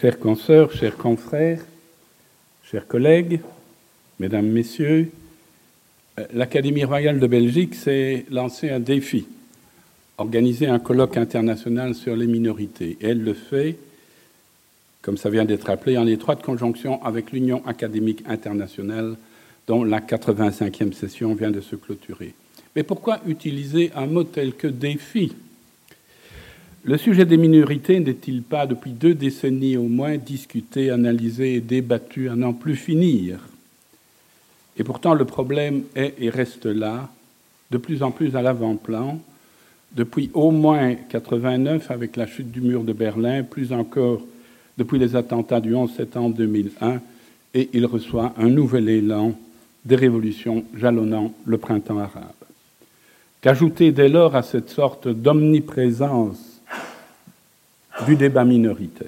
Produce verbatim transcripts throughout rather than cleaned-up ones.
Chères consoeurs, chers confrères, chers collègues, mesdames, messieurs, l'Académie royale de Belgique s'est lancé un défi, organiser un colloque international sur les minorités. Et elle le fait, comme ça vient d'être rappelé, en étroite conjonction avec l'Union académique internationale, dont la quatre-vingt-cinquième session vient de se clôturer. Mais pourquoi utiliser un mot tel que défi ? Le sujet des minorités n'est-il pas, depuis deux décennies au moins, discuté, analysé et débattu à n'en plus finir ? Et pourtant, le problème est et reste là, de plus en plus à l'avant-plan, depuis au moins quatre-vingt-neuf, avec la chute du mur de Berlin, plus encore depuis les attentats du onze septembre deux mille un, et il reçoit un nouvel élan des révolutions jalonnant le printemps arabe. Qu'ajouter dès lors à cette sorte d'omniprésence du débat minoritaire.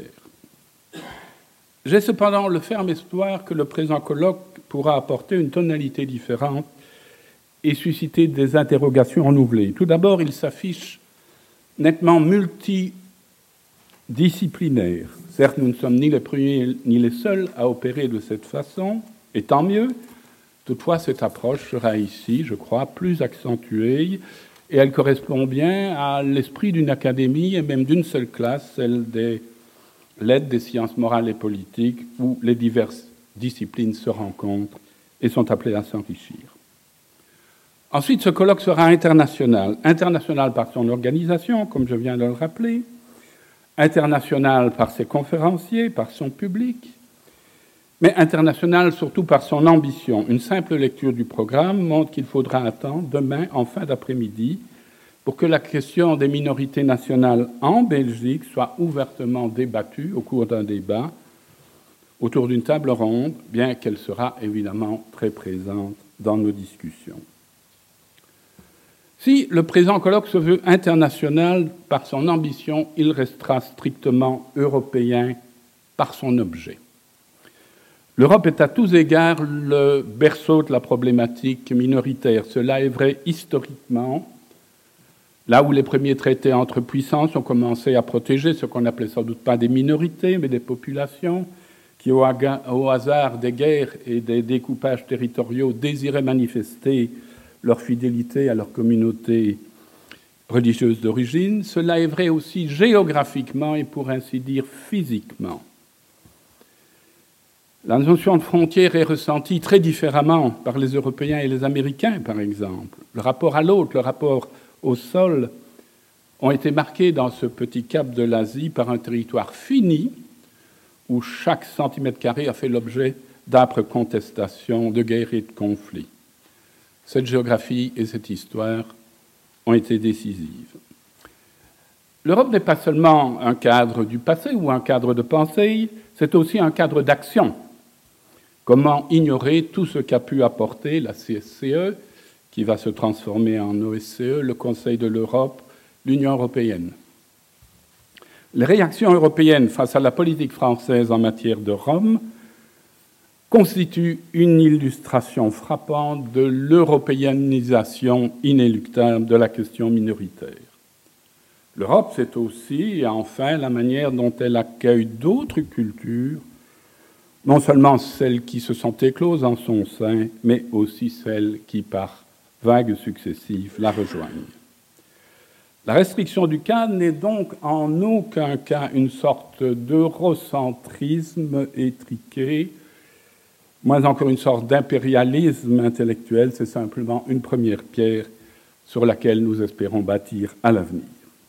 J'ai cependant le ferme espoir que le présent colloque pourra apporter une tonalité différente et susciter des interrogations renouvelées. Tout d'abord, il s'affiche nettement multidisciplinaire. Certes, nous ne sommes ni les premiers ni les seuls à opérer de cette façon, et tant mieux. Toutefois, cette approche sera ici, je crois, plus accentuée, et elle correspond bien à l'esprit d'une académie et même d'une seule classe, celle des lettres, des sciences morales et politiques, où les diverses disciplines se rencontrent et sont appelées à s'enrichir. Ensuite, ce colloque sera international. International par son organisation, comme je viens de le rappeler, international par ses conférenciers, par son public, mais international surtout par son ambition. Une simple lecture du programme montre qu'il faudra attendre demain, en fin d'après-midi, pour que la question des minorités nationales en Belgique soit ouvertement débattue au cours d'un débat autour d'une table ronde, bien qu'elle sera évidemment très présente dans nos discussions. Si le présent colloque se veut international par son ambition, il restera strictement européen par son objet. L'Europe est à tous égards le berceau de la problématique minoritaire. Cela est vrai historiquement, là où les premiers traités entre puissances ont commencé à protéger ce qu'on appelait sans doute pas des minorités, mais des populations qui, au hasard des guerres et des découpages territoriaux, désiraient manifester leur fidélité à leur communauté religieuse d'origine. Cela est vrai aussi géographiquement et pour ainsi dire physiquement. La notion de frontière est ressentie très différemment par les Européens et les Américains, par exemple. Le rapport à l'autre, le rapport au sol, ont été marqués dans ce petit cap de l'Asie par un territoire fini, où chaque centimètre carré a fait l'objet d'âpres contestations, de guerres et de conflits. Cette géographie et cette histoire ont été décisives. L'Europe n'est pas seulement un cadre du passé ou un cadre de pensée, c'est aussi un cadre d'action. Comment ignorer tout ce qu'a pu apporter la C S C E, qui va se transformer en O S C E, le Conseil de l'Europe, l'Union européenne. Les réactions européennes face à la politique française en matière de Roms constituent une illustration frappante de l'européanisation inéluctable de la question minoritaire. L'Europe, c'est aussi, et enfin, la manière dont elle accueille d'autres cultures, non seulement celles qui se sont écloses en son sein, mais aussi celles qui, par vagues successives, la rejoignent. La restriction du cadre n'est donc en aucun cas une sorte d'eurocentrisme étriqué, moins encore une sorte d'impérialisme intellectuel, c'est simplement une première pierre sur laquelle nous espérons bâtir à l'avenir.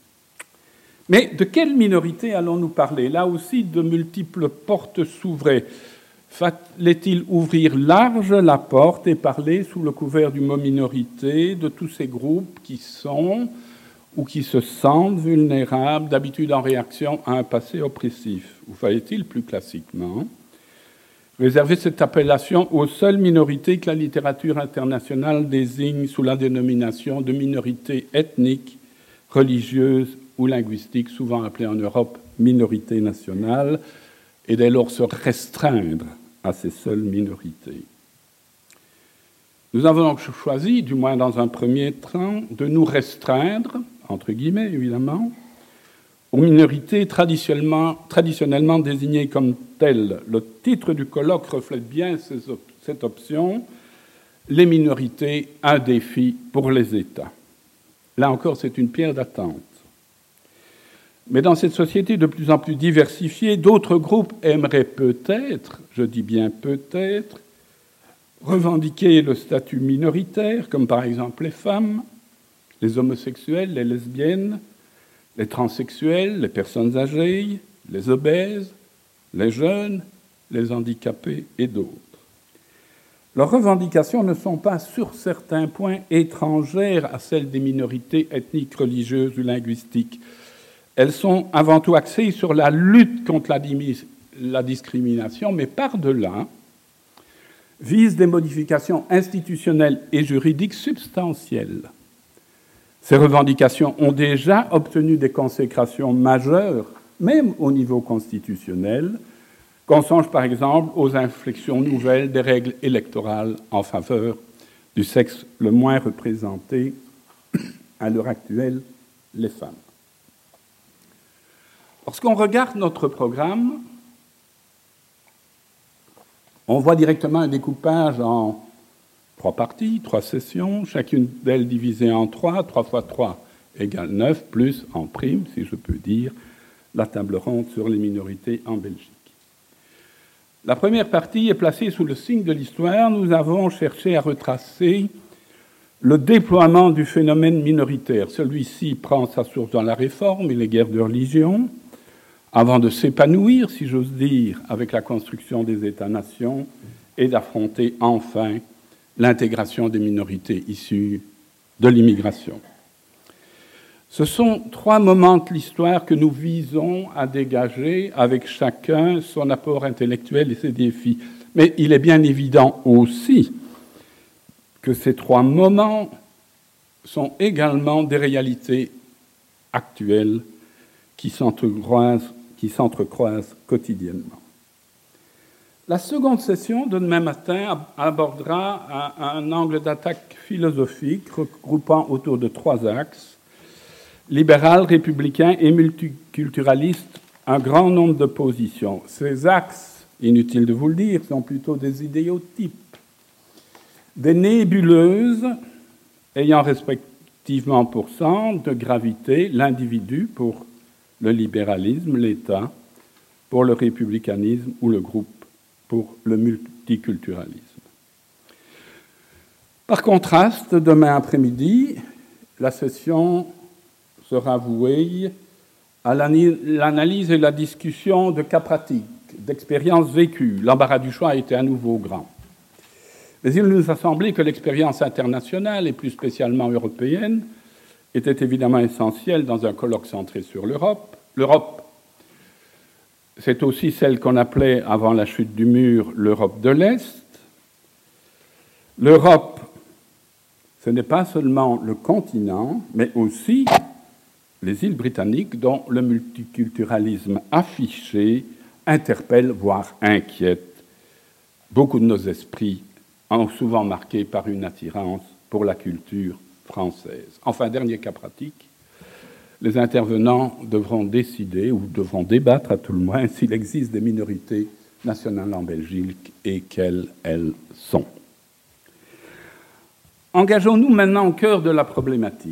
Mais de quelle minorité allons-nous parler ? Là aussi, de multiples portes s'ouvraient. Fallait-il ouvrir large la porte et parler sous le couvert du mot minorité de tous ces groupes qui sont ou qui se sentent vulnérables, d'habitude en réaction à un passé oppressif ? Ou fallait-il, plus classiquement, réserver cette appellation aux seules minorités que la littérature internationale désigne sous la dénomination de minorités ethniques, religieuses ou linguistiques, souvent appelées en Europe minorités nationales, et dès lors se restreindre à ces seules minorités. Nous avons donc choisi, du moins dans un premier temps, de nous restreindre, entre guillemets évidemment, aux minorités traditionnellement, traditionnellement désignées comme telles. Le titre du colloque reflète bien ces op- cette option, les minorités, un défi pour les États. Là encore, c'est une pierre d'attente. Mais dans cette société de plus en plus diversifiée, d'autres groupes aimeraient peut-être, je dis bien peut-être, revendiquer le statut minoritaire, comme par exemple les femmes, les homosexuels, les lesbiennes, les transsexuels, les personnes âgées, les obèses, les jeunes, les handicapés et d'autres. Leurs revendications ne sont pas, sur certains points, étrangères à celles des minorités ethniques, religieuses ou linguistiques. Elles sont avant tout axées sur la lutte contre la, la discrimination, mais par-delà, visent des modifications institutionnelles et juridiques substantielles. Ces revendications ont déjà obtenu des consécrations majeures, même au niveau constitutionnel, qu'on songe par exemple aux inflexions nouvelles des règles électorales en faveur du sexe le moins représenté à l'heure actuelle, les femmes. Lorsqu'on regarde notre programme, on voit directement un découpage en trois parties, trois sessions, chacune d'elles divisée en trois, trois fois trois égale neuf, plus en prime, si je peux dire, la table ronde sur les minorités en Belgique. La première partie est placée sous le signe de l'histoire. Nous avons cherché à retracer le déploiement du phénomène minoritaire. Celui-ci prend sa source dans la Réforme et les guerres de religion, avant de s'épanouir, si j'ose dire, avec la construction des États-nations et d'affronter enfin l'intégration des minorités issues de l'immigration. Ce sont trois moments de l'histoire que nous visons à dégager avec chacun son apport intellectuel et ses défis. Mais il est bien évident aussi que ces trois moments sont également des réalités actuelles qui s'entrecroisent, qui s'entrecroisent quotidiennement. La seconde session de demain matin abordera un, un angle d'attaque philosophique regroupant autour de trois axes: libéral, républicain et multiculturaliste, un grand nombre de positions. Ces axes, inutile de vous le dire, sont plutôt des idéotypes, des nébuleuses ayant respectivement pour centre de gravité l'individu pour le libéralisme, l'État pour le républicanisme ou le groupe pour le multiculturalisme. Par contraste, demain après-midi, la session sera vouée à l'analyse et la discussion de cas pratiques, d'expériences vécues. L'embarras du choix a été à nouveau grand. Mais il nous a semblé que l'expérience internationale, et plus spécialement européenne, était évidemment essentielle dans un colloque centré sur l'Europe. L'Europe, c'est aussi celle qu'on appelait, avant la chute du mur, l'Europe de l'Est. L'Europe, ce n'est pas seulement le continent, mais aussi les îles britanniques, dont le multiculturalisme affiché interpelle, voire inquiète beaucoup de nos esprits, souvent marqués par une attirance pour la culture française. Enfin, dernier cas pratique, les intervenants devront décider, ou devront débattre à tout le moins, s'il existe des minorités nationales en Belgique et quelles elles sont. Engageons-nous maintenant au cœur de la problématique.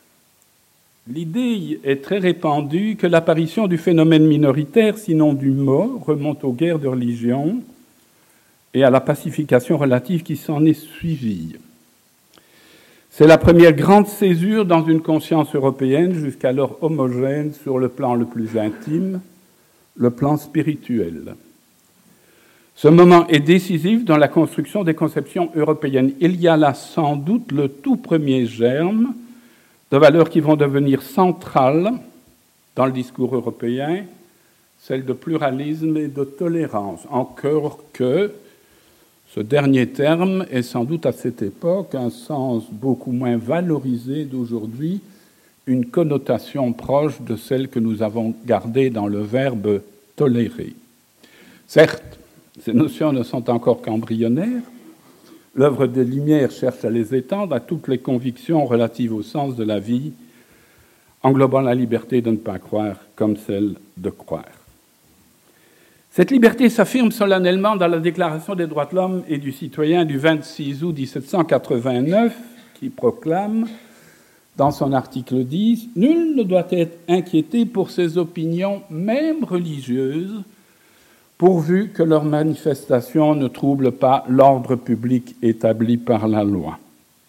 L'idée est très répandue que l'apparition du phénomène minoritaire, sinon du mot, remonte aux guerres de religion et à la pacification relative qui s'en est suivie. C'est la première grande césure dans une conscience européenne jusqu'alors homogène sur le plan le plus intime, le plan spirituel. Ce moment est décisif dans la construction des conceptions européennes. Il y a là sans doute le tout premier germe de valeurs qui vont devenir centrales dans le discours européen, celle de pluralisme et de tolérance. Encore que ce dernier terme est sans doute à cette époque un sens beaucoup moins valorisé d'aujourd'hui, une connotation proche de celle que nous avons gardée dans le verbe tolérer. Certes, ces notions ne sont encore qu'embryonnaires. L'œuvre des Lumières cherche à les étendre à toutes les convictions relatives au sens de la vie, englobant la liberté de ne pas croire comme celle de croire. Cette liberté s'affirme solennellement dans la Déclaration des droits de l'homme et du citoyen du vingt-six août dix-sept cent quatre-vingt-neuf, qui proclame, dans son article dix, « Nul ne doit être inquiété pour ses opinions, même religieuses, pourvu que leurs manifestations ne troublent pas l'ordre public établi par la loi. »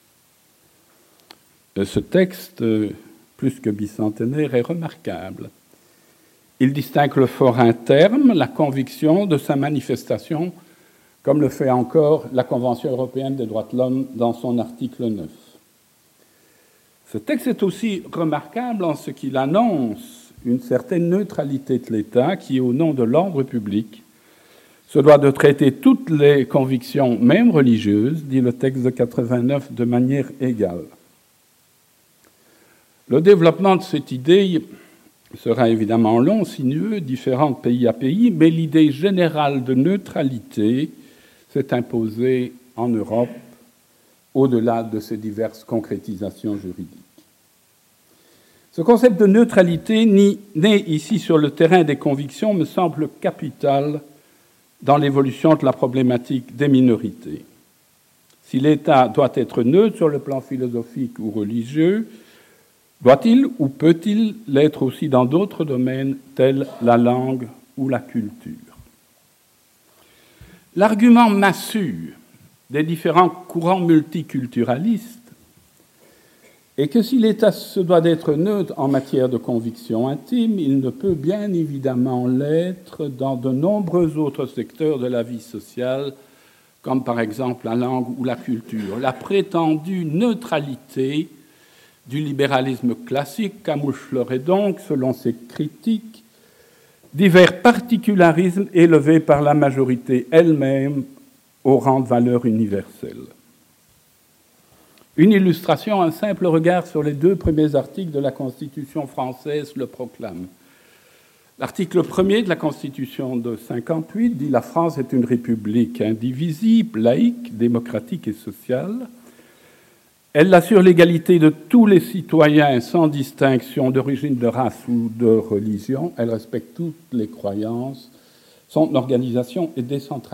Ce texte, plus que bicentenaire, est remarquable. Il distingue le forain terme, la conviction, de sa manifestation, comme le fait encore la Convention européenne des droits de l'homme dans son article neuf. Ce texte est aussi remarquable en ce qu'il annonce une certaine neutralité de l'État qui, au nom de l'ordre public, se doit de traiter toutes les convictions, même religieuses, dit le texte de quatre-vingt-neuf, de manière égale. Le développement de cette idée sera évidemment long, sinueux, différent de pays à pays, mais l'idée générale de neutralité s'est imposée en Europe au-delà de ces diverses concrétisations juridiques. Ce concept de neutralité, né ici sur le terrain des convictions, me semble capital dans l'évolution de la problématique des minorités. Si l'État doit être neutre sur le plan philosophique ou religieux, doit-il ou peut-il l'être aussi dans d'autres domaines tels la langue ou la culture? L'argument massu des différents courants multiculturalistes est que si l'État se doit d'être neutre en matière de conviction intime, il ne peut bien évidemment l'être dans de nombreux autres secteurs de la vie sociale, comme par exemple la langue ou la culture. La prétendue neutralité du libéralisme classique camouflerait donc, selon ses critiques, divers particularismes élevés par la majorité elle-même au rang de valeur universelle. Une illustration, un simple regard sur les deux premiers articles de la Constitution française le proclame. L'article premier de la Constitution de cinquante-huit dit « La France est une république indivisible, laïque, démocratique et sociale. Elle assure l'égalité de tous les citoyens sans distinction d'origine, de race ou de religion. Elle respecte toutes les croyances. Son organisation est décentralisée. »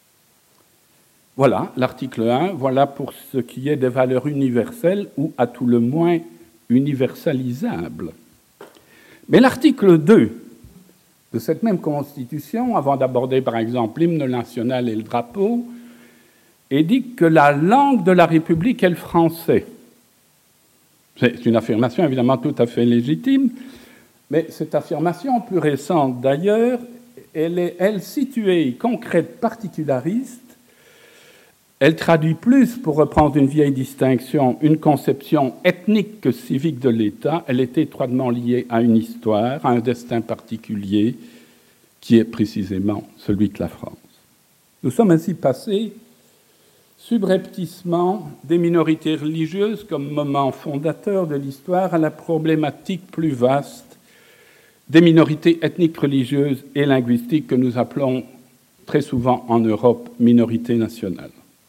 Voilà l'article un. Voilà pour ce qui est des valeurs universelles ou à tout le moins universalisables. Mais l'article deux de cette même Constitution, avant d'aborder par exemple l'hymne national et le drapeau, et dit que la langue de la République est le français. C'est une affirmation évidemment tout à fait légitime, mais cette affirmation, plus récente d'ailleurs, elle est, elle, située, concrète, particulariste. Elle traduit plus, pour reprendre une vieille distinction, une conception ethnique que civique de l'État. Elle est étroitement liée à une histoire, à un destin particulier, qui est précisément celui de la France. Nous sommes ainsi passés subrepticement des minorités religieuses comme moment fondateur de l'histoire à la problématique plus vaste des minorités ethniques, religieuses et linguistiques que nous appelons très souvent en Europe minorités nationales.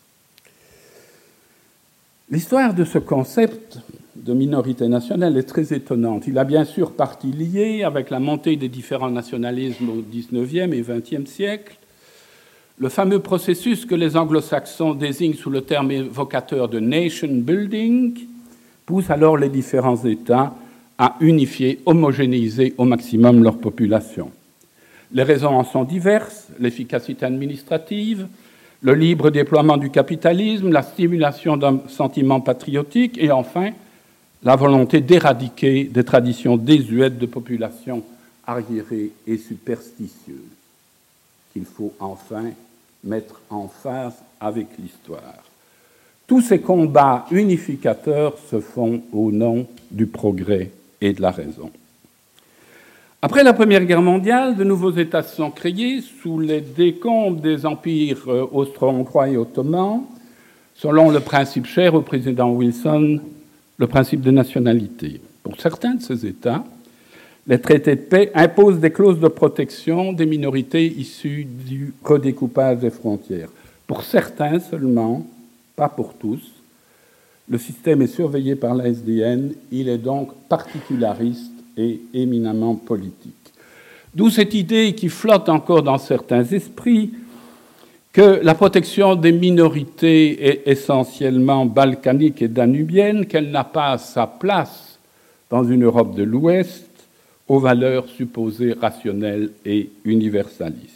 L'histoire de ce concept de minorité nationale est très étonnante. Il a bien sûr partie liée avec la montée des différents nationalismes au dix-neuvième et vingtième siècle. Le fameux processus que les anglo-saxons désignent sous le terme évocateur de nation building pousse alors les différents États à unifier, homogénéiser au maximum leur population. Les raisons en sont diverses, l'efficacité administrative, le libre déploiement du capitalisme, la stimulation d'un sentiment patriotique et enfin la volonté d'éradiquer des traditions désuètes de populations arriérées et superstitieuses, qu'il faut enfin mettre en phase avec l'histoire. Tous ces combats unificateurs se font au nom du progrès et de la raison. Après la Première Guerre mondiale, de nouveaux États se sont créés sous les décombres des empires austro-hongrois et ottomans, selon le principe cher au président Wilson, le principe de nationalité. Pour certains de ces États, les traités de paix imposent des clauses de protection des minorités issues du redécoupage des frontières. Pour certains seulement, pas pour tous, Le système est surveillé par la S D N, il est donc particulariste et éminemment politique. D'où cette idée qui flotte encore dans certains esprits que la protection des minorités est essentiellement balkanique et danubienne, qu'elle n'a pas sa place dans une Europe de l'Ouest aux valeurs supposées rationnelles et universalistes.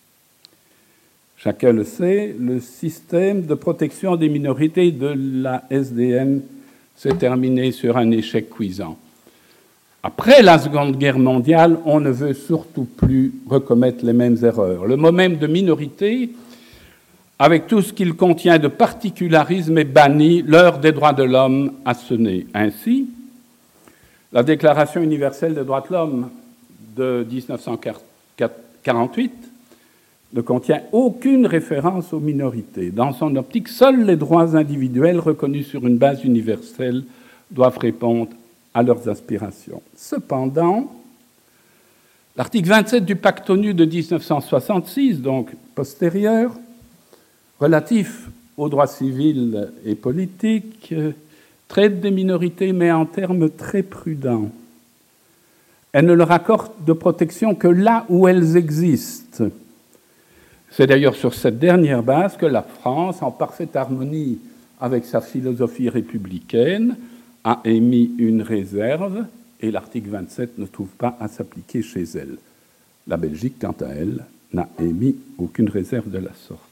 Chacun le sait, le système de protection des minorités de la S D N s'est terminé sur un échec cuisant. Après la Seconde Guerre mondiale, on ne veut surtout plus recommettre les mêmes erreurs. Le mot même de minorité, avec tout ce qu'il contient de particularisme, est banni, l'heure des droits de l'homme a sonné. Ainsi, la Déclaration universelle des droits de l'homme de dix-neuf cent quarante-huit ne contient aucune référence aux minorités. Dans son optique, seuls les droits individuels reconnus sur une base universelle doivent répondre à leurs aspirations. Cependant, l'article vingt-sept du Pacte ONU de dix-neuf cent soixante-six, donc postérieur, relatif aux droits civils et politiques, traite des minorités, mais en termes très prudents. Elle ne leur accorde de protection que là où elles existent. C'est d'ailleurs sur cette dernière base que la France, en parfaite harmonie avec sa philosophie républicaine, a émis une réserve, et l'article vingt-sept ne trouve pas à s'appliquer chez elle. La Belgique, quant à elle, n'a émis aucune réserve de la sorte.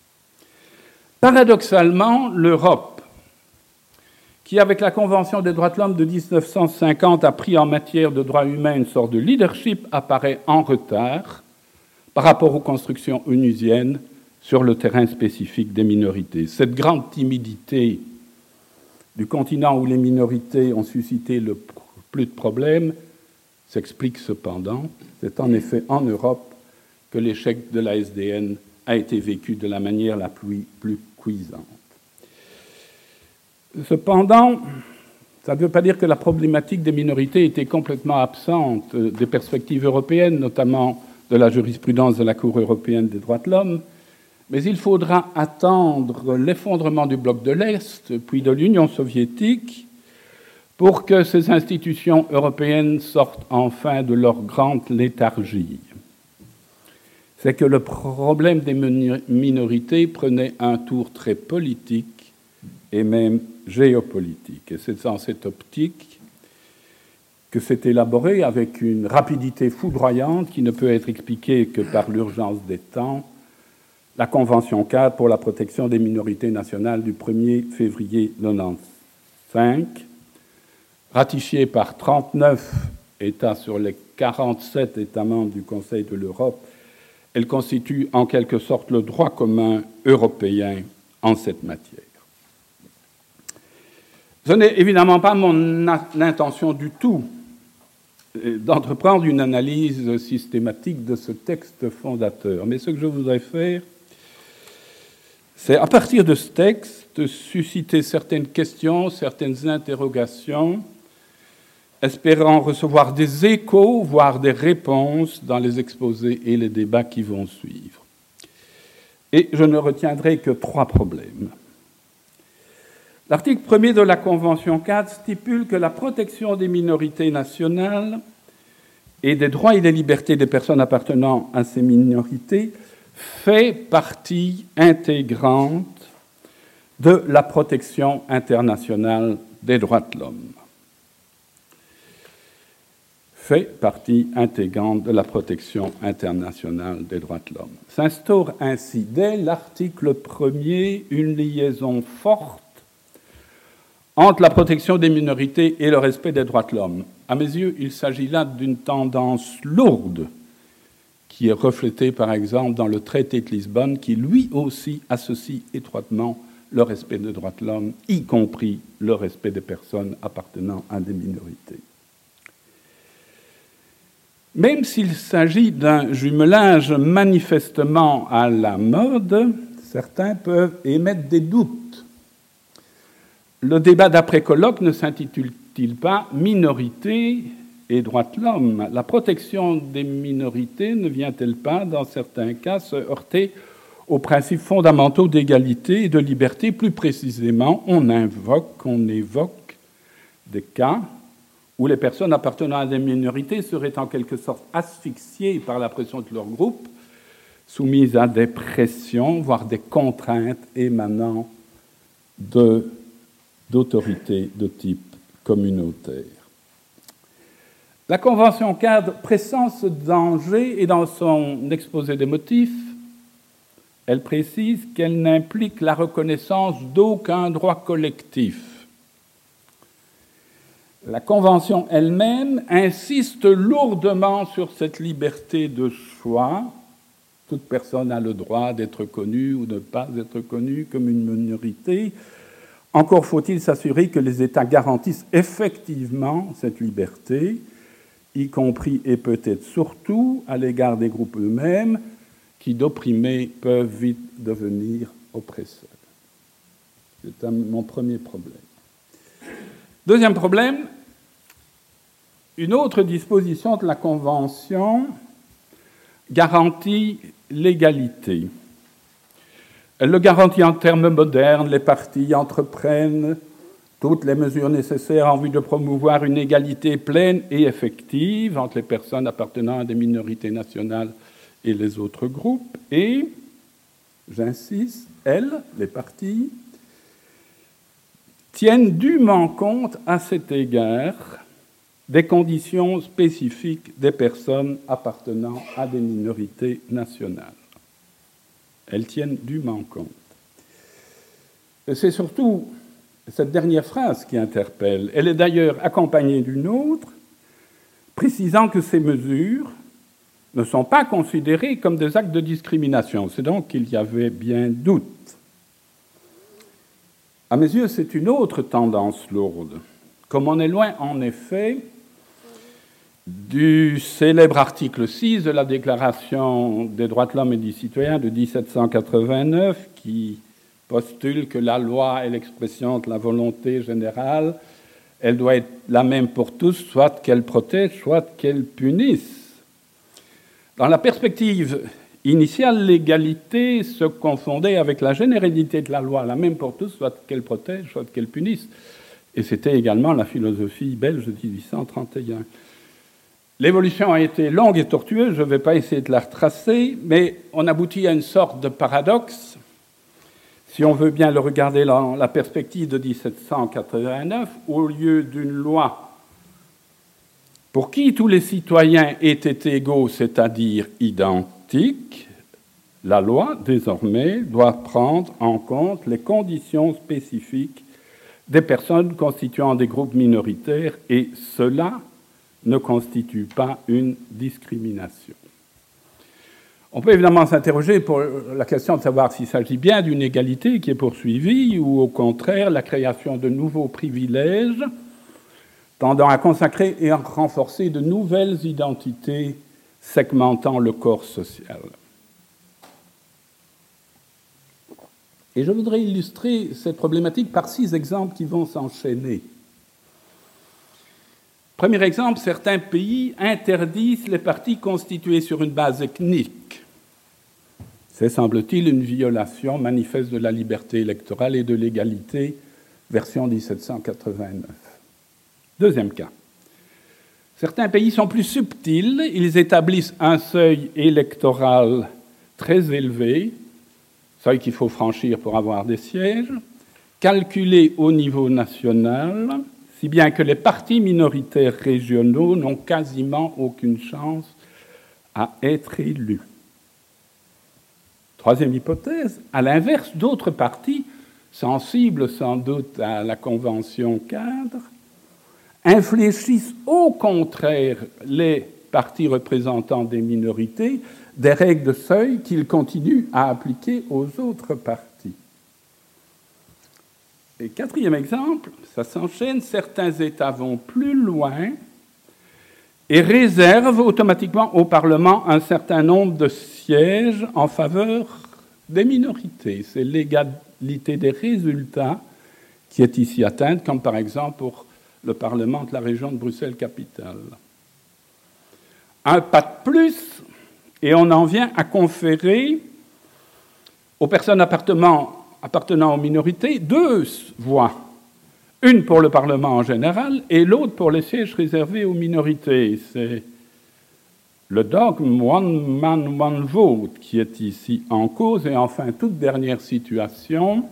Paradoxalement, l'Europe, qui, avec la Convention des droits de l'homme de dix-neuf cent cinquante, a pris en matière de droits humains une sorte de leadership, apparaît en retard par rapport aux constructions onusiennes sur le terrain spécifique des minorités. Cette grande timidité du continent où les minorités ont suscité le plus de problèmes s'explique cependant. C'est en effet en Europe que l'échec de la S D N a été vécu de la manière la plus, plus cuisante. Cependant, ça ne veut pas dire que la problématique des minorités était complètement absente des perspectives européennes, notamment de la jurisprudence de la Cour européenne des droits de l'homme, mais il faudra attendre l'effondrement du bloc de l'Est, puis de l'Union soviétique, pour que ces institutions européennes sortent enfin de leur grande léthargie. C'est que le problème des minorités prenait un tour très politique et même géopolitique. Et c'est dans cette optique que s'est élaborée, avec une rapidité foudroyante qui ne peut être expliquée que par l'urgence des temps, la Convention cadre pour la protection des minorités nationales du premier février mille neuf cent quatre-vingt-quinze, ratifiée par trente-neuf États sur les quarante-sept États membres du Conseil de l'Europe. Elle constitue en quelque sorte le droit commun européen en cette matière. Ce n'est évidemment pas mon intention du tout d'entreprendre une analyse systématique de ce texte fondateur, mais ce que je voudrais faire, c'est, à partir de ce texte, susciter certaines questions, certaines interrogations, espérant recevoir des échos, voire des réponses dans les exposés et les débats qui vont suivre. Et je ne retiendrai que trois problèmes. L'article premier de la Convention cadre stipule que la protection des minorités nationales et des droits et des libertés des personnes appartenant à ces minorités fait partie intégrante de la protection internationale des droits de l'homme. Fait partie intégrante de la protection internationale des droits de l'homme. S'instaure ainsi, dès l'article premier, une liaison forte entre la protection des minorités et le respect des droits de l'homme. À mes yeux, il s'agit là d'une tendance lourde qui est reflétée, par exemple, dans le traité de Lisbonne, qui lui aussi associe étroitement le respect des droits de l'homme, y compris le respect des personnes appartenant à des minorités. Même s'il s'agit d'un jumelage manifestement à la mode, certains peuvent émettre des doutes. Le débat d'après-colloque ne s'intitule-t-il pas « Minorités et droits de l'homme ». La protection des minorités ne vient-elle pas, dans certains cas, se heurter aux principes fondamentaux d'égalité et de liberté. Plus précisément, on invoque, on évoque des cas où les personnes appartenant à des minorités seraient en quelque sorte asphyxiées par la pression de leur groupe, soumises à des pressions, voire des contraintes émanant de, d'autorités de type communautaire. La Convention cadre pressent ce danger et dans son exposé des motifs, elle précise qu'elle n'implique la reconnaissance d'aucun droit collectif. La Convention elle-même insiste lourdement sur cette liberté de choix. Toute personne a le droit d'être connue ou de ne pas être connue comme une minorité. Encore faut-il s'assurer que les États garantissent effectivement cette liberté, y compris et peut-être surtout à l'égard des groupes eux-mêmes, qui d'opprimés peuvent vite devenir oppresseurs. C'est mon premier problème. Deuxième problème, une autre disposition de la Convention garantit l'égalité. Elle le garantit en termes modernes, les partis entreprennent toutes les mesures nécessaires en vue de promouvoir une égalité pleine et effective entre les personnes appartenant à des minorités nationales et les autres groupes, et, j'insiste, elles, les partis, tiennent dûment compte à cet égard des conditions spécifiques des personnes appartenant à des minorités nationales. Elles tiennent dûment compte. Et c'est surtout cette dernière phrase qui interpelle. Elle est d'ailleurs accompagnée d'une autre, précisant que ces mesures ne sont pas considérées comme des actes de discrimination. C'est donc qu'il y avait bien doute. À mes yeux, c'est une autre tendance lourde. Comme on est loin, en effet, du célèbre article six de la Déclaration des droits de l'homme et du citoyen de dix-sept cent quatre-vingt-neuf, qui postule que la loi est l'expression de la volonté générale, elle doit être la même pour tous, soit qu'elle protège, soit qu'elle punisse. Dans la perspective initiale, l'égalité se confondait avec la généralité de la loi, la même pour tous, soit qu'elle protège, soit qu'elle punisse. Et c'était également la philosophie belge de dix-huit cent trente et un. L'évolution a été longue et tortueuse, je ne vais pas essayer de la retracer, mais on aboutit à une sorte de paradoxe. Si on veut bien le regarder dans la perspective de dix-sept cent quatre-vingt-neuf, au lieu d'une loi pour qui tous les citoyens étaient égaux, c'est-à-dire identiques, la loi, désormais, doit prendre en compte les conditions spécifiques des personnes constituant des groupes minoritaires, et cela ne constitue pas une discrimination. On peut évidemment s'interroger pour la question de savoir s'il s'agit bien d'une égalité qui est poursuivie ou au contraire la création de nouveaux privilèges tendant à consacrer et à renforcer de nouvelles identités segmentant le corps social. Et je voudrais illustrer cette problématique par six exemples qui vont s'enchaîner. Premier exemple, certains pays interdisent les partis constitués sur une base ethnique. C'est, semble-t-il, une violation manifeste de la liberté électorale et de l'égalité, version dix-sept cent quatre-vingt-neuf. Deuxième cas. Certains pays sont plus subtils, ils établissent un seuil électoral très élevé, seuil qu'il faut franchir pour avoir des sièges, calculé au niveau national, si bien que les partis minoritaires régionaux n'ont quasiment aucune chance à être élus. Troisième hypothèse, à l'inverse, d'autres partis, sensibles sans doute à la Convention cadre, infléchissent au contraire les partis représentant des minorités des règles de seuil qu'ils continuent à appliquer aux autres partis. Et quatrième exemple, ça s'enchaîne, certains États vont plus loin et réservent automatiquement au Parlement un certain nombre de sièges en faveur des minorités. C'est l'égalité des résultats qui est ici atteinte, comme par exemple pour le Parlement de la région de Bruxelles-Capitale. Un pas de plus, et on en vient à conférer Aux personnes appartenant, appartenant aux minorités, deux voix. Une pour le Parlement en général et l'autre pour les sièges réservés aux minorités. C'est le dogme One Man, One Vote qui est ici en cause. Et enfin, toute dernière situation,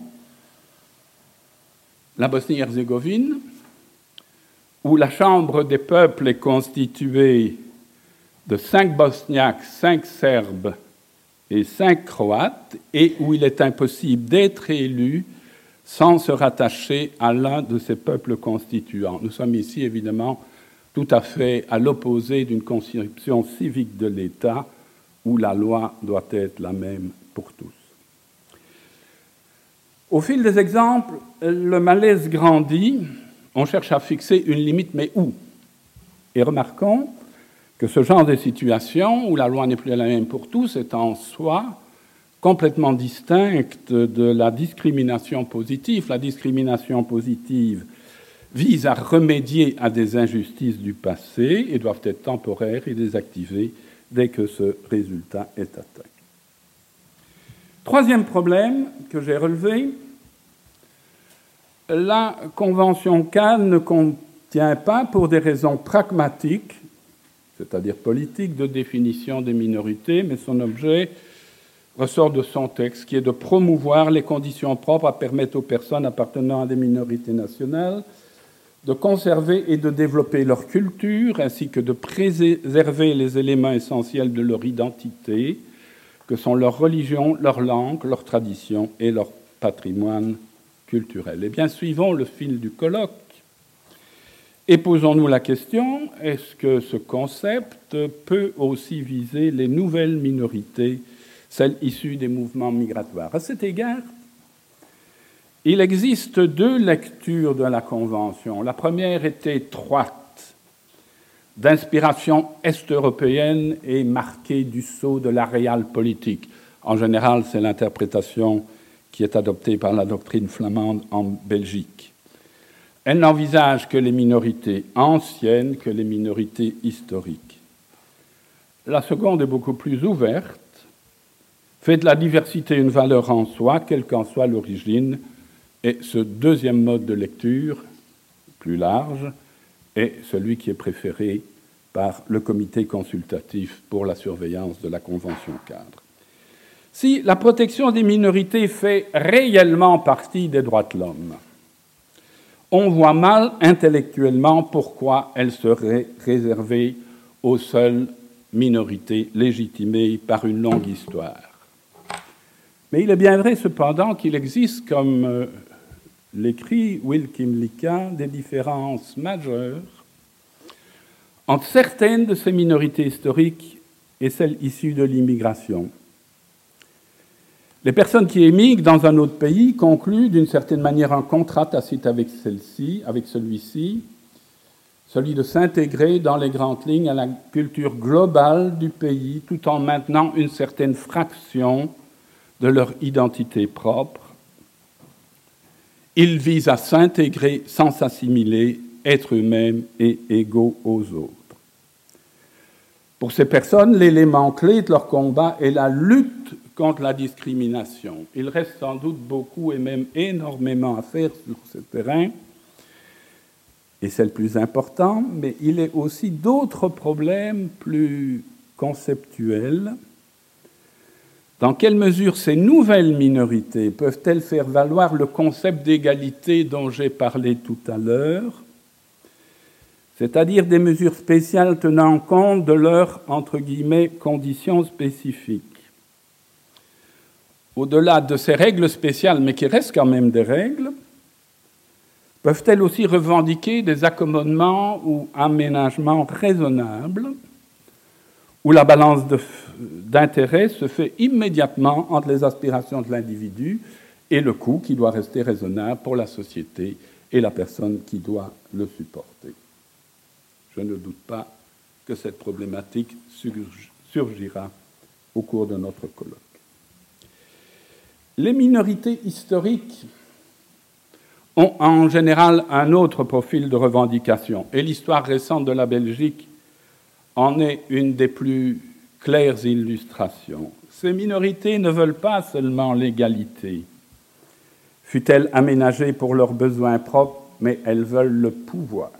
la Bosnie-Herzégovine, où la Chambre des peuples est constituée de cinq Bosniaques, cinq Serbes et cinq Croates, et où il est impossible d'être élu sans se rattacher à l'un de ces peuples constituants. Nous sommes ici, évidemment, tout à fait à l'opposé d'une conception civique de l'État où la loi doit être la même pour tous. Au fil des exemples, le malaise grandit. On cherche à fixer une limite, mais où? Et remarquons que ce genre de situation où la loi n'est plus la même pour tous est en soi complètement distincte de la discrimination positive. La discrimination positive vise à remédier à des injustices du passé et doivent être temporaires et désactivées dès que ce résultat est atteint. Troisième problème que j'ai relevé, la Convention cadre ne contient pas, pour des raisons pragmatiques, c'est-à-dire politiques, de définition des minorités, mais son objet ressort de son texte, qui est de promouvoir les conditions propres à permettre aux personnes appartenant à des minorités nationales de conserver et de développer leur culture, ainsi que de préserver les éléments essentiels de leur identité, que sont leur religion, leur langue, leur tradition et leur patrimoine culturel. Eh bien, suivons le fil du colloque et posons-nous la question, est-ce que ce concept peut aussi viser les nouvelles minorités, celles issues des mouvements migratoires? À cet égard, il existe deux lectures de la Convention. La première est étroite, d'inspiration est-européenne et marquée du sceau de la réale politique. En général, c'est l'interprétation qui est adoptée par la doctrine flamande en Belgique. Elle n'envisage que les minorités anciennes, que les minorités historiques. La seconde est beaucoup plus ouverte, fait de la diversité une valeur en soi, quelle qu'en soit l'origine, et ce deuxième mode de lecture, plus large, est celui qui est préféré par le comité consultatif pour la surveillance de la Convention cadre. Si la protection des minorités fait réellement partie des droits de l'homme, on voit mal intellectuellement pourquoi elle serait réservée aux seules minorités légitimées par une longue histoire. Mais il est bien vrai cependant qu'il existe, comme l'écrit Wilkim Lika, des différences majeures entre certaines de ces minorités historiques et celles issues de l'immigration. Les personnes qui émigrent dans un autre pays concluent d'une certaine manière un contrat tacite avec celle-ci, avec celui-ci, celui de s'intégrer dans les grandes lignes à la culture globale du pays, tout en maintenant une certaine fraction de leur identité propre. Ils visent à s'intégrer sans s'assimiler, être eux-mêmes et égaux aux autres. Pour ces personnes, l'élément clé de leur combat est la lutte contre la discrimination. Il reste sans doute beaucoup et même énormément à faire sur ce terrain, et c'est le plus important, mais il est aussi d'autres problèmes plus conceptuels. Dans quelle mesure ces nouvelles minorités peuvent-elles faire valoir le concept d'égalité dont j'ai parlé tout à l'heure, c'est-à-dire des mesures spéciales tenant compte de leurs, entre guillemets, conditions spécifiques? Au-delà de ces règles spéciales, mais qui restent quand même des règles, peuvent-elles aussi revendiquer des accommodements ou aménagements raisonnables où la balance de, d'intérêt se fait immédiatement entre les aspirations de l'individu et le coût qui doit rester raisonnable pour la société et la personne qui doit le supporter? Je ne doute pas que cette problématique surgira au cours de notre colloque. Les minorités historiques ont en général un autre profil de revendication, et l'histoire récente de la Belgique en est une des plus claires illustrations. Ces minorités ne veulent pas seulement l'égalité, fût-elle aménagée pour leurs besoins propres, mais elles veulent le pouvoir.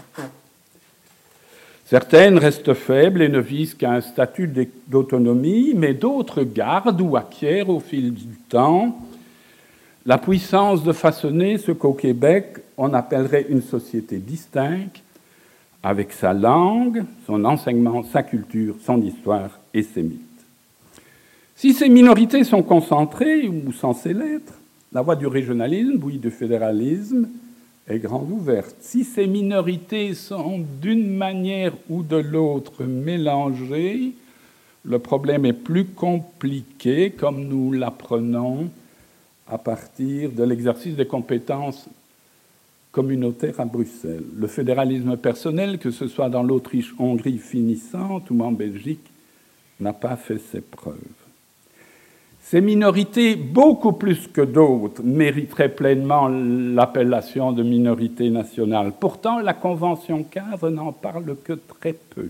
Certaines restent faibles et ne visent qu'à un statut d'autonomie, mais d'autres gardent ou acquièrent au fil du temps la puissance de façonner ce qu'au Québec on appellerait une société distincte, avec sa langue, son enseignement, sa culture, son histoire et ses mythes. Si ces minorités sont concentrées, ou censées l'être, la voie du régionalisme, oui, du fédéralisme, est grande ouverte. Si ces minorités sont d'une manière ou de l'autre mélangées, le problème est plus compliqué, comme nous l'apprenons à partir de l'exercice des compétences communautaires à Bruxelles. Le fédéralisme personnel, que ce soit dans l'Autriche-Hongrie finissante ou en Belgique, n'a pas fait ses preuves. Ces minorités, beaucoup plus que d'autres, mériteraient pleinement l'appellation de minorité nationale. Pourtant, la Convention cadre n'en parle que très peu.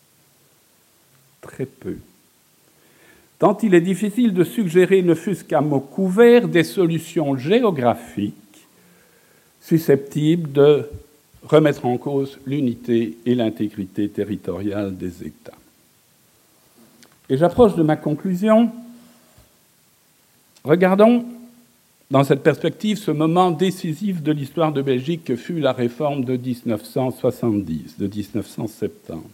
Très peu. Tant il est difficile de suggérer, ne fût-ce qu'à mot couvert, des solutions géographiques susceptibles de remettre en cause l'unité et l'intégrité territoriale des États. Et j'approche de ma conclusion. Regardons, dans cette perspective, ce moment décisif de l'histoire de Belgique que fut la réforme de dix-neuf cent soixante-dix, de dix-neuf cent soixante-dix.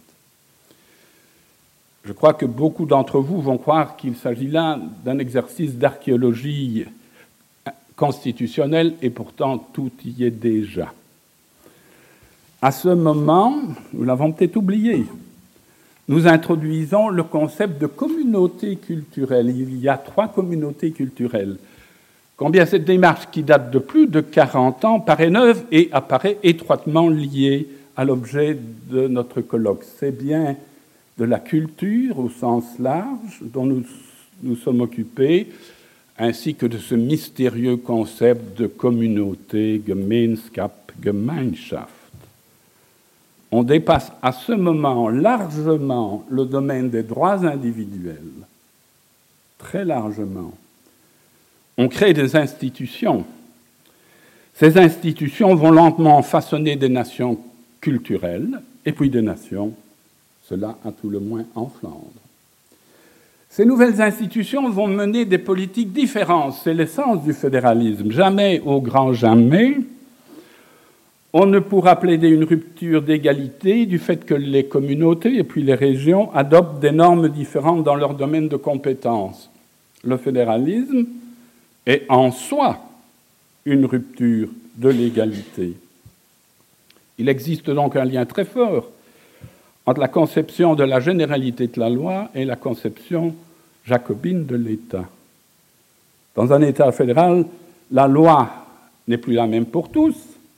Je crois que beaucoup d'entre vous vont croire qu'il s'agit là d'un exercice d'archéologie constitutionnelle, et pourtant tout y est déjà. À ce moment, nous l'avons peut-être oublié, nous introduisons le concept de communauté culturelle. Il y a trois communautés culturelles. Combien cette démarche, qui date de plus de quarante ans, paraît neuve et apparaît étroitement liée à l'objet de notre colloque. C'est bien de la culture au sens large dont nous nous sommes occupés, ainsi que de ce mystérieux concept de communauté, Gemeinschaft, Gemeinschaft. On dépasse à ce moment largement le domaine des droits individuels, très largement. On crée des institutions. Ces institutions vont lentement façonner des nations culturelles, et puis des nations, cela à tout le moins en Flandre. Ces nouvelles institutions vont mener des politiques différentes. C'est l'essence du fédéralisme. Jamais, au grand jamais, on ne pourra plaider une rupture d'égalité du fait que les communautés et puis les régions adoptent des normes différentes dans leur domaine de compétences. Le fédéralisme est en soi une rupture de l'égalité. Il existe donc un lien très fort entre la conception de la généralité de la loi et la conception jacobine de l'État. Dans un État fédéral, la loi n'est plus la même pour tous,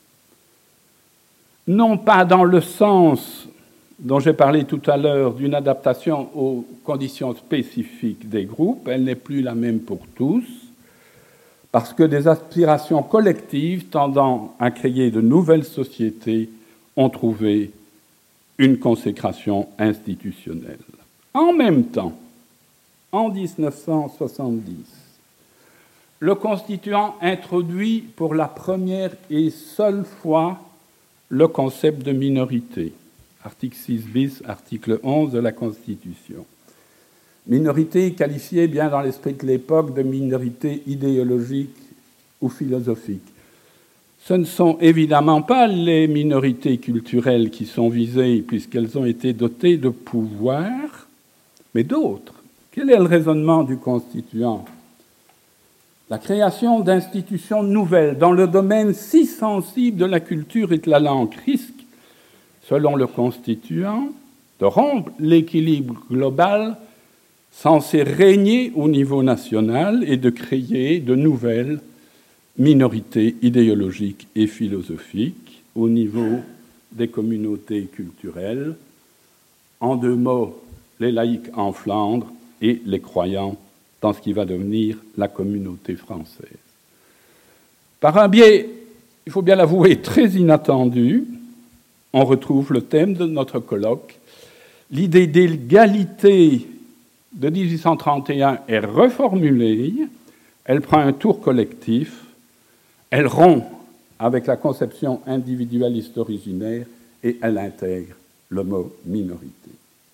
non pas dans le sens dont j'ai parlé tout à l'heure d'une adaptation aux conditions spécifiques des groupes, elle n'est plus la même pour tous, parce que des aspirations collectives tendant à créer de nouvelles sociétés ont trouvé une consécration institutionnelle. En même temps, en dix-neuf cent soixante-dix, le Constituant introduit pour la première et seule fois le concept de minorité. Article six bis, article onze de la Constitution. Minorité qualifiée bien dans l'esprit de l'époque de minorité idéologique ou philosophique. Ce ne sont évidemment pas les minorités culturelles qui sont visées puisqu'elles ont été dotées de pouvoir, mais d'autres. Quel est le raisonnement du Constituant ? La création d'institutions nouvelles dans le domaine si sensible de la culture et de la langue risque, selon le Constituant, de rompre l'équilibre global censé régner au niveau national et de créer de nouvelles minorités idéologiques et philosophiques au niveau des communautés culturelles. En deux mots, les laïcs en Flandre et les croyants dans ce qui va devenir la communauté française. Par un biais, il faut bien l'avouer, très inattendu, on retrouve le thème de notre colloque, l'idée d'égalité de dix-huit cent trente et un est reformulée, elle prend un tour collectif, elle rompt avec la conception individualiste originaire et elle intègre le mot minorité.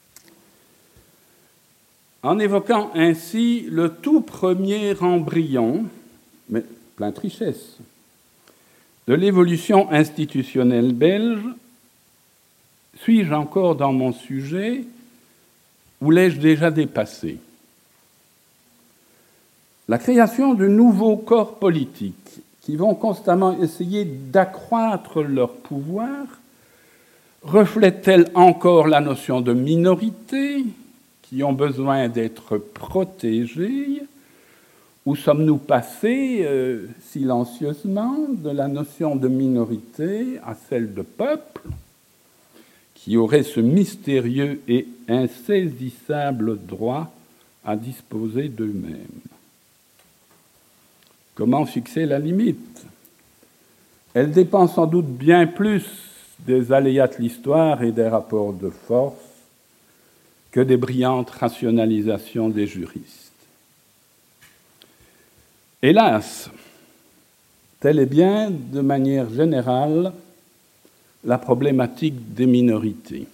En évoquant ainsi le tout premier embryon, mais plein de richesse, de l'évolution institutionnelle belge, suis-je encore dans mon sujet ou l'ai-je déjà dépassé? La création de nouveaux corps politiques qui vont constamment essayer d'accroître leur pouvoir reflète-t-elle encore la notion de minorité qui ont besoin d'être protégés, ou sommes-nous passés euh, silencieusement de la notion de minorité à celle de peuple qui aurait ce mystérieux et insaisissable droit à disposer d'eux-mêmes? Comment fixer la limite? Elle dépend sans doute bien plus des aléas de l'histoire et des rapports de force que des brillantes rationalisations des juristes. Hélas, telle est bien, de manière générale, la problématique des minorités.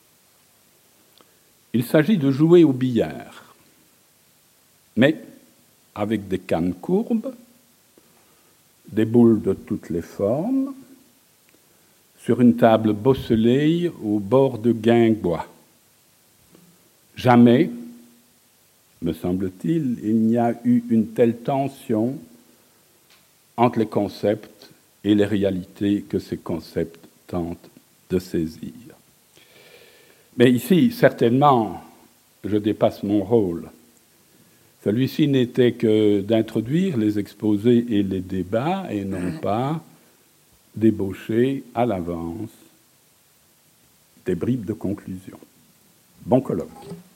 Il s'agit de jouer au billard, mais avec des cannes courbes, des boules de toutes les formes, sur une table bosselée au bord de guingois. Jamais, me semble-t-il, il n'y a eu une telle tension entre les concepts et les réalités que ces concepts tentent de saisir. Mais ici, certainement, je dépasse mon rôle. Celui-ci n'était que d'introduire les exposés et les débats et non pas d'ébaucher à l'avance des bribes de conclusion. Bon colloque.